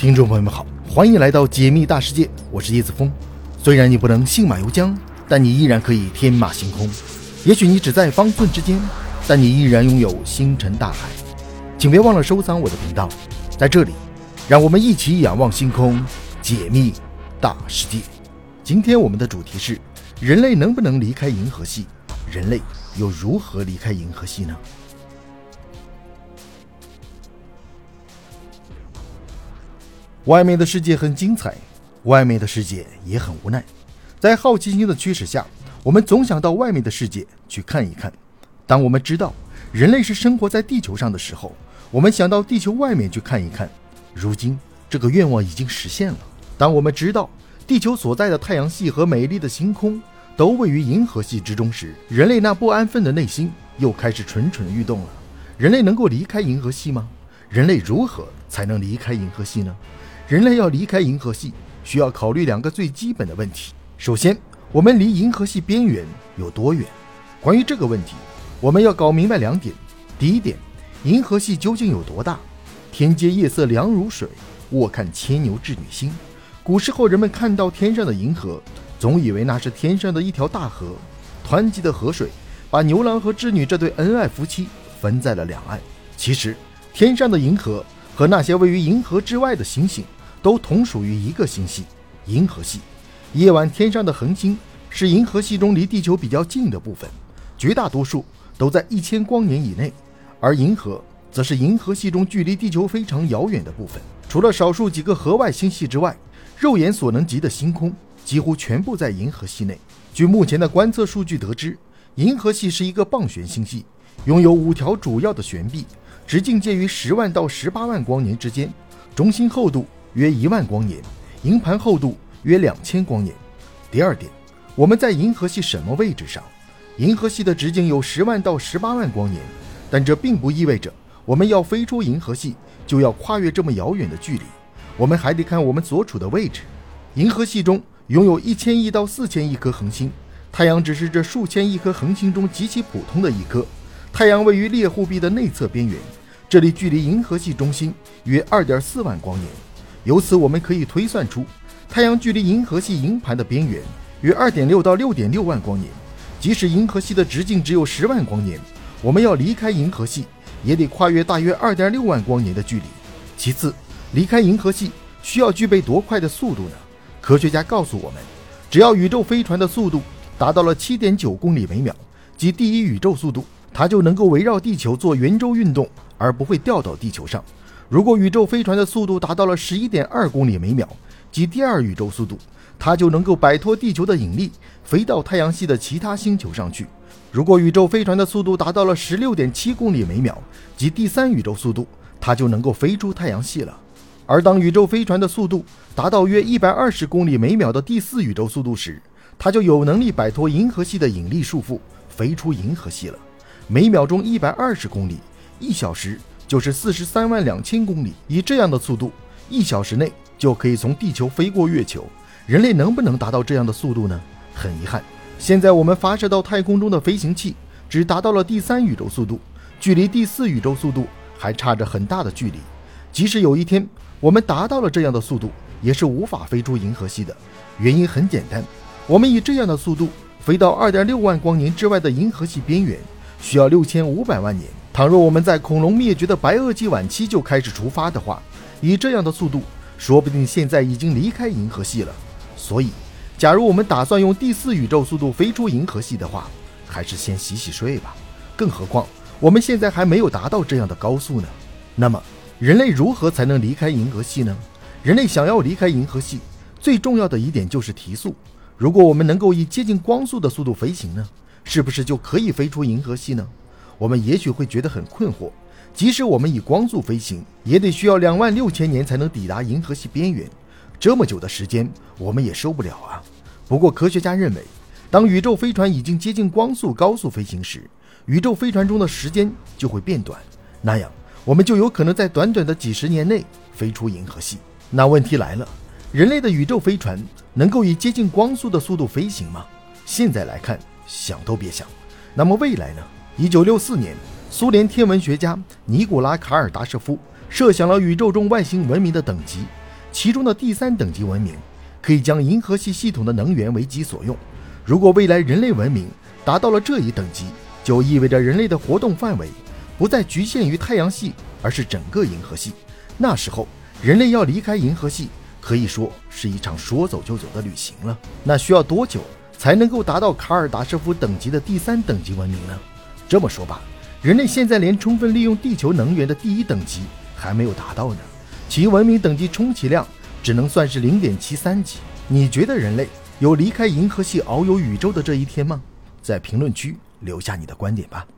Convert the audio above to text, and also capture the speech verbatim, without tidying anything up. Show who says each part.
Speaker 1: 听众朋友们好，欢迎来到解密大世界，我是叶子峰。虽然你不能信马由缰，但你依然可以天马行空。也许你只在方寸之间，但你依然拥有星辰大海。请别忘了收藏我的频道，在这里让我们一起仰望星空，解密大世界。今天我们的主题是人类能不能离开银河系，人类又如何离开银河系呢？外面的世界很精彩，外面的世界也很无奈。在好奇心的驱使下，我们总想到外面的世界去看一看。当我们知道人类是生活在地球上的时候，我们想到地球外面去看一看。如今这个愿望已经实现了。当我们知道地球所在的太阳系和美丽的星空都位于银河系之中时，人类那不安分的内心又开始蠢蠢欲动了。人类能够离开银河系吗？人类如何才能离开银河系呢？人类要离开银河系，需要考虑两个最基本的问题。首先，我们离银河系边缘有多远？关于这个问题，我们要搞明白两点。第一点，银河系究竟有多大？天阶夜色凉如水，卧看牵牛织女星。古时候人们看到天上的银河，总以为那是天上的一条大河，湍急的河水把牛郎和织女这对恩爱夫妻分在了两岸。其实天上的银河和那些位于银河之外的星星都同属于一个星系——银河系。夜晚天上的恒星是银河系中离地球比较近的部分，绝大多数都在一千光年以内，而银河则是银河系中距离地球非常遥远的部分。除了少数几个河外星系之外，肉眼所能及的星空几乎全部在银河系内。据目前的观测数据得知，银河系是一个棒旋星系，拥有五条主要的旋臂，直径介于十万到十八万光年之间，中心厚度约一万光年，银盘厚度约两千光年。第二点，我们在银河系什么位置上？银河系的直径有十万到十八万光年，但这并不意味着我们要飞出银河系就要跨越这么遥远的距离。我们还得看我们所处的位置。银河系中拥有一千亿到四千亿颗恒星，太阳只是这数千亿颗恒星中极其普通的一颗。太阳位于猎户臂的内侧边缘，这里距离银河系中心约 二点四万光年。由此我们可以推算出，太阳距离银河系银盘的边缘约 二点六到六点六万光年。即使银河系的直径只有十万光年，我们要离开银河系也得跨越大约 二点六万光年的距离。其次，离开银河系需要具备多快的速度呢？科学家告诉我们，只要宇宙飞船的速度达到了 七点九公里每秒，即第一宇宙速度，它就能够围绕地球做圆周运动，而不会掉到地球上。如果宇宙飞船的速度达到了 十一点二公里每秒，即第二宇宙速度，它就能够摆脱地球的引力，飞到太阳系的其他星球上去。如果宇宙飞船的速度达到了 十六点七公里每秒，即第三宇宙速度，它就能够飞出太阳系了。而当宇宙飞船的速度达到约一百二十公里每秒的第四宇宙速度时，它就有能力摆脱银河系的引力束缚，飞出银河系了。每秒钟一百二十公里，一小时就是四十三万两千公里。以这样的速度，一小时内就可以从地球飞过月球。人类能不能达到这样的速度呢？很遗憾，现在我们发射到太空中的飞行器只达到了第三宇宙速度，距离第四宇宙速度还差着很大的距离。即使有一天我们达到了这样的速度，也是无法飞出银河系的。原因很简单，我们以这样的速度飞到 二点六万光年之外的银河系边缘，需要六千五百万年。倘若我们在恐龙灭绝的白垩纪晚期就开始出发的话，以这样的速度，说不定现在已经离开银河系了。所以假如我们打算用第四宇宙速度飞出银河系的话，还是先洗洗睡吧。更何况我们现在还没有达到这样的高速呢。那么人类如何才能离开银河系呢？人类想要离开银河系，最重要的一点就是提速。如果我们能够以接近光速的速度飞行呢，是不是就可以飞出银河系呢？我们也许会觉得很困惑，即使我们以光速飞行，也得需要两万六千年才能抵达银河系边缘。这么久的时间我们也受不了啊。不过科学家认为，当宇宙飞船已经接近光速高速飞行时，宇宙飞船中的时间就会变短，那样我们就有可能在短短的几十年内飞出银河系。那问题来了，人类的宇宙飞船能够以接近光速的速度飞行吗？现在来看，想都别想。那么未来呢？一九六四年，苏联天文学家尼古拉·卡尔达舍夫设想了宇宙中外星文明的等级， 其中的第三等级文明可以将银河系系统的能源为己所用。如果未来人类文明达到了这一等级，就意味着人类的活动范围不再局限于太阳系，而是整个银河系。那时候人类要离开银河系，可以说是一场说走就走的旅行了。那需要多久才能够达到卡尔达舍夫等级的第三等级文明呢？这么说吧，人类现在连充分利用地球能源的第一等级还没有达到呢，其文明等级充其量只能算是 零点七三 级。你觉得人类有离开银河系遨游宇宙的这一天吗？在评论区留下你的观点吧。